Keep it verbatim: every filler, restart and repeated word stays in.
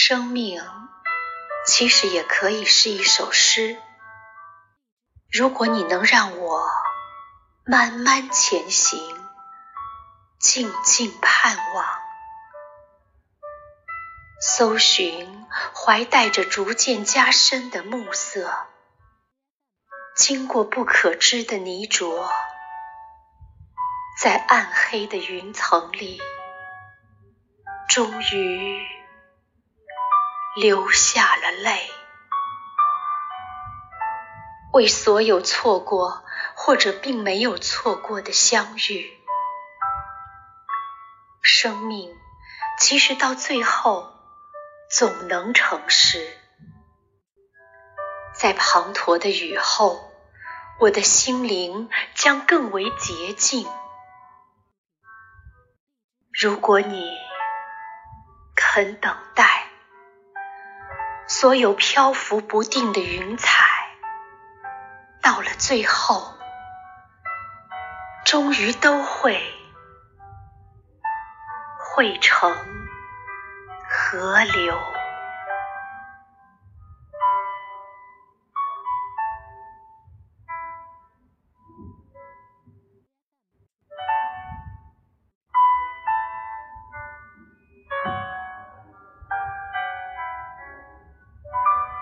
生命其实也可以是一首诗，如果你能让我慢慢前行，静静盼望，搜寻怀带着逐渐加深的暮色，经过不可知的泥浊，在暗黑的云层里，终于流下了泪。为所有错过或者并没有错过的相遇，生命其实到最后总能成诗。在滂沱的雨后，我的心灵将更为洁净。如果你肯等待，所有漂浮不定的云彩到了最后，终于都会汇成河流。